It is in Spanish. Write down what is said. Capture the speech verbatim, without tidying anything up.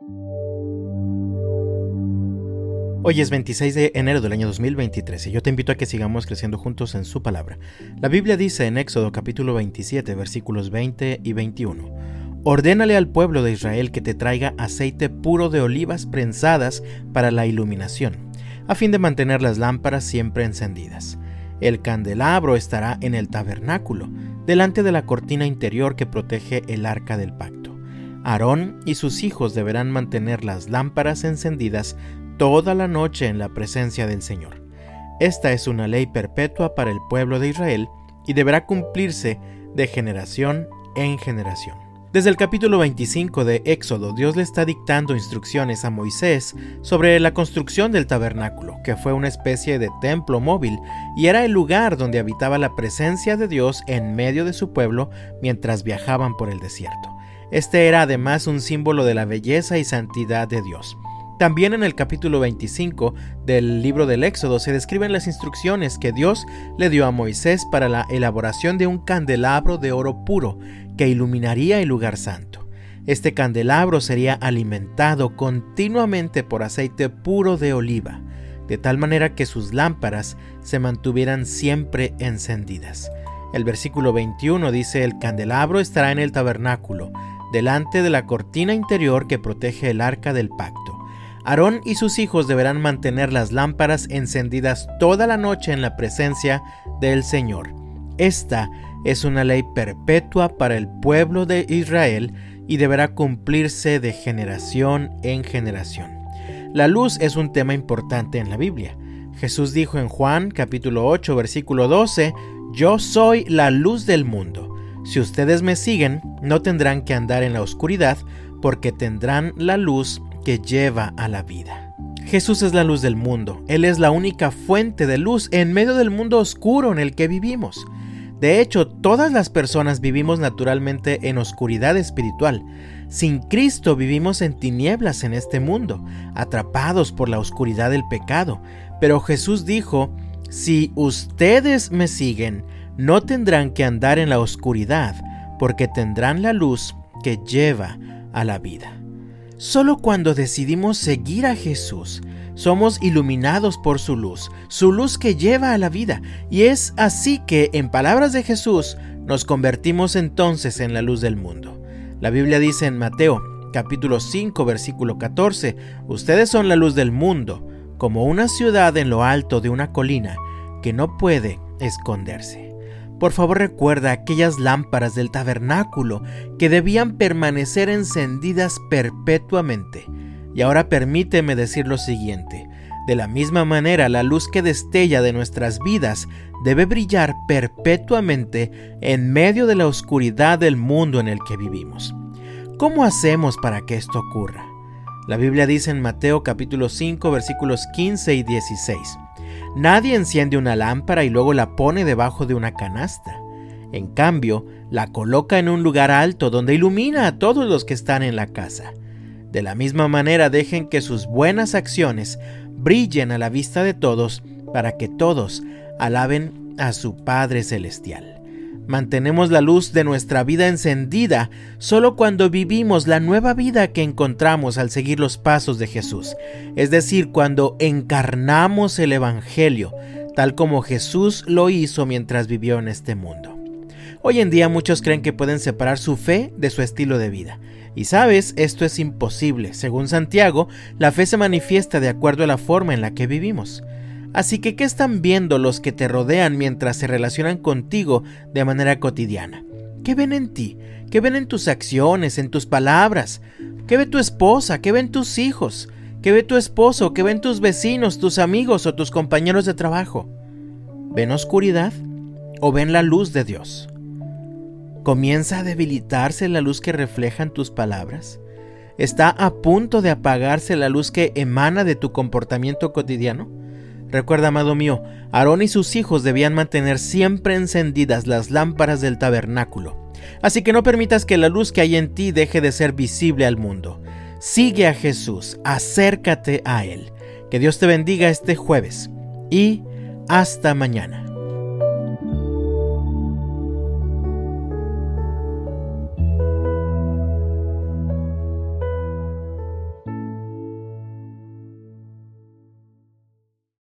Hoy es veintiséis de enero del año dos mil veintitrés y yo te invito a que sigamos creciendo juntos en su palabra. La Biblia dice en Éxodo capítulo veintisiete, versículos veinte y veintiuno: Ordénale al pueblo de Israel que te traiga aceite puro de olivas prensadas para la iluminación, a fin de mantener las lámparas siempre encendidas. El candelabro estará en el tabernáculo, delante de la cortina interior que protege el arca del pacto. Aarón y sus hijos deberán mantener las lámparas encendidas toda la noche en la presencia del Señor. Esta es una ley perpetua para el pueblo de Israel y deberá cumplirse de generación en generación. Desde el capítulo veinticinco de Éxodo, Dios le está dictando instrucciones a Moisés sobre la construcción del tabernáculo, que fue una especie de templo móvil y era el lugar donde habitaba la presencia de Dios en medio de su pueblo mientras viajaban por el desierto. Este era además un símbolo de la belleza y santidad de Dios. También en el capítulo veinticinco del libro del Éxodo se describen las instrucciones que Dios le dio a Moisés para la elaboración de un candelabro de oro puro que iluminaría el lugar santo. Este candelabro sería alimentado continuamente por aceite puro de oliva, de tal manera que sus lámparas se mantuvieran siempre encendidas. El versículo veintiuno dice: el candelabro estará en el tabernáculo, delante de la cortina interior que protege el arca del pacto. Aarón y sus hijos deberán mantener las lámparas encendidas toda la noche en la presencia del Señor. Esta es una ley perpetua para el pueblo de Israel y deberá cumplirse de generación en generación. La luz es un tema importante en la Biblia. Jesús dijo en Juan capítulo ocho, versículo doce: Yo soy la luz del mundo. Si ustedes me siguen, no tendrán que andar en la oscuridad, porque tendrán la luz que lleva a la vida. Jesús es la luz del mundo. Él es la única fuente de luz en medio del mundo oscuro en el que vivimos. De hecho, todas las personas vivimos naturalmente en oscuridad espiritual. Sin Cristo vivimos en tinieblas en este mundo, atrapados por la oscuridad del pecado. Pero Jesús dijo: si ustedes me siguen, no tendrán que andar en la oscuridad, porque tendrán la luz que lleva a la vida. Solo cuando decidimos seguir a Jesús, somos iluminados por su luz, su luz que lleva a la vida. Y es así que, en palabras de Jesús, nos convertimos entonces en la luz del mundo. La Biblia dice en Mateo, capítulo cinco, versículo catorce, ustedes son la luz del mundo, como una ciudad en lo alto de una colina que no puede esconderse. Por favor, recuerda aquellas lámparas del tabernáculo que debían permanecer encendidas perpetuamente. Y ahora permíteme decir lo siguiente: de la misma manera, la luz que destella de nuestras vidas debe brillar perpetuamente en medio de la oscuridad del mundo en el que vivimos. ¿Cómo hacemos para que esto ocurra? La Biblia dice en Mateo capítulo cinco, versículos quince y dieciséis: Nadie enciende una lámpara y luego la pone debajo de una canasta. En cambio, la coloca en un lugar alto donde ilumina a todos los que están en la casa. De la misma manera, dejen que sus buenas acciones brillen a la vista de todos, para que todos alaben a su Padre Celestial. Mantenemos la luz de nuestra vida encendida solo cuando vivimos la nueva vida que encontramos al seguir los pasos de Jesús, es decir, cuando encarnamos el Evangelio, tal como Jesús lo hizo mientras vivió en este mundo. Hoy en día muchos creen que pueden separar su fe de su estilo de vida. Y sabes, esto es imposible. Según Santiago, la fe se manifiesta de acuerdo a la forma en la que vivimos. Así que, ¿qué están viendo los que te rodean mientras se relacionan contigo de manera cotidiana? ¿Qué ven en ti? ¿Qué ven en tus acciones, en tus palabras? ¿Qué ve tu esposa? ¿Qué ven tus hijos? ¿Qué ve tu esposo? ¿Qué ven tus vecinos, tus amigos o tus compañeros de trabajo? ¿Ven oscuridad o ven la luz de Dios? ¿Comienza a debilitarse la luz que reflejan tus palabras? ¿Está a punto de apagarse la luz que emana de tu comportamiento cotidiano? Recuerda, amado mío, Aarón y sus hijos debían mantener siempre encendidas las lámparas del tabernáculo. Así que no permitas que la luz que hay en ti deje de ser visible al mundo. Sigue a Jesús, acércate a Él. Que Dios te bendiga este jueves y hasta mañana.